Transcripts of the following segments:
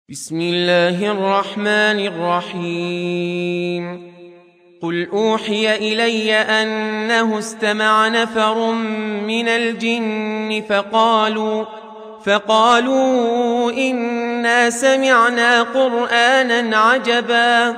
بسم الله الرحمن الرحيم. قل أوحي إلي أنه استمع نفر من الجن فقالوا إنا سمعنا قرآنا عجبا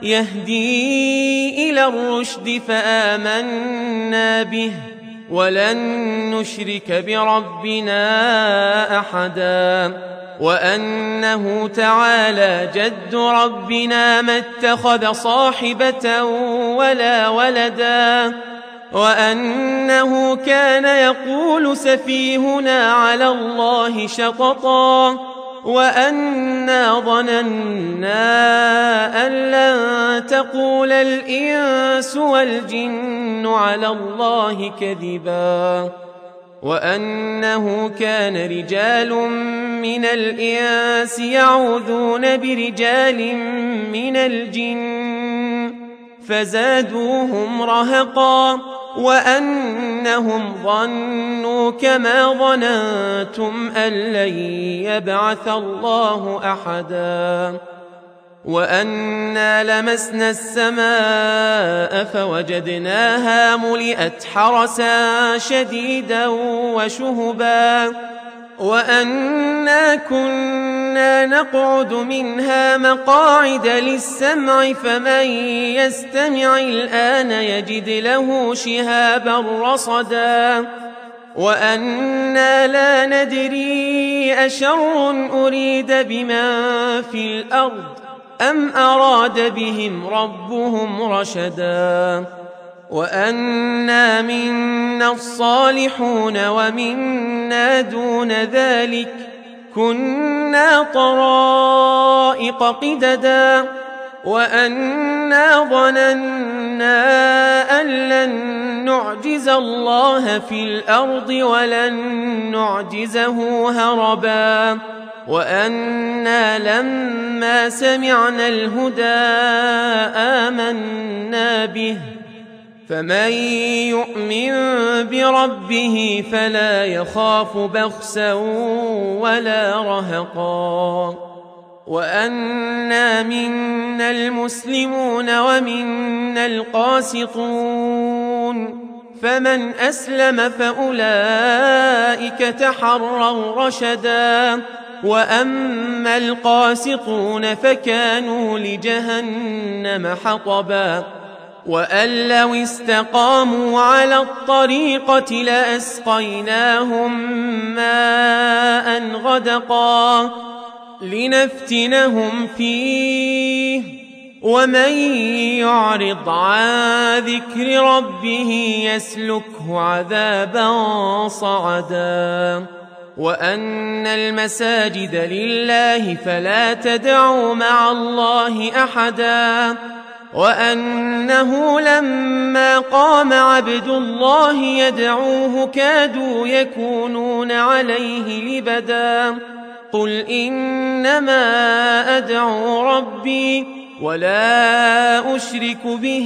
يهدي إلى الرشد فآمنا به ولن نشرك بربنا أحدا وأنه تعالى جد ربنا ما اتخذ صاحبة ولا ولدا وأنه كان يقول سفيهنا على الله شططا وأنا ظننا أن لن تقول الإنس والجن على الله كذبا وأنه كان رجال من الإنس يعوذون برجال من الجن فزادوهم رهقا وأنهم ظنوا كما ظننتم أن لن يبعث الله أحدا وأنا لمسنا السماء فوجدناها ملئت حرسا شديدا وشهبا وأنا كنا نقعد منها مقاعد للسمع فمن يستمع الآن يجد له شهابا رصدا وأنا لا ندري أشر أريد بمن في الأرض أم أراد بهم ربهم رشدا وأنا منا الصالحون ومنا دون ذلك كنا طرائق قددا وأنا ظننا أن لن نعجز الله في الأرض ولن نعجزه هربا وأنا لما سمعنا الهدى آمنا به فمن يؤمن بربه فلا يخاف بخسا ولا رهقا وأنا منا المسلمون ومنا القاسطون فمن أسلم فأولئك تحروا رشدا وأما القاسطون فكانوا لجهنم حطبا وأن لو استقاموا على الطريقة لأسقيناهم ماء غدقا لنفتنهم فيه ومن يعرض عن ذكر ربه يسلكه عذابا صعدا وأن المساجد لله فلا تدعوا مع الله أحدا وأنه لما قام عبد الله يدعوه كادوا يكونون عليه لبدا قل إنما أدعو ربي ولا أشرك به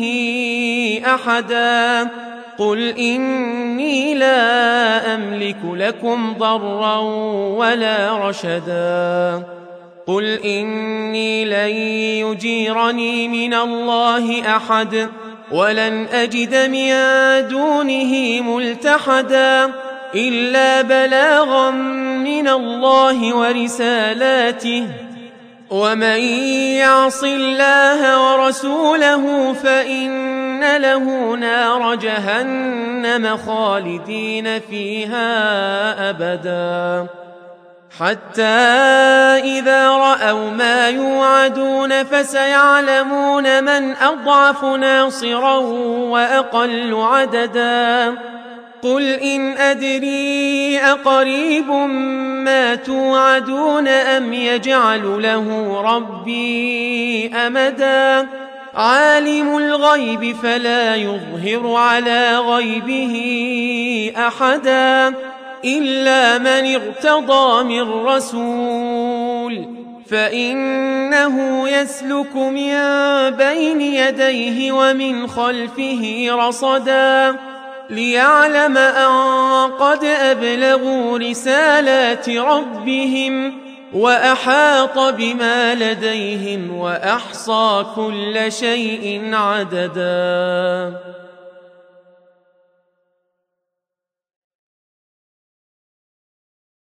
أحدا قل إني لا أملك لكم ضرا ولا رشدا قل إني لن يجيرني من الله أحد ولن أجد من دونه ملتحدا إلا بلاغا من الله ورسالاته ومن يعص الله ورسوله فإن له نار جهنم خالدين فيها أبدا حتى إذا رأوا ما يوعدون فسيعلمون من أضعف ناصرا وأقل عددا قل إن أدري أقريب ما توعدون أم يجعل له ربي أمدا عالم الغيب فلا يظهر على غيبه أحدا إلا من ارتضى من رسول فإنه يسلك من بين يديه ومن خلفه رصدا ليعلم أن قد أبلغوا رسالات ربهم وأحاط بما لديهم وأحصى كل شيء عددا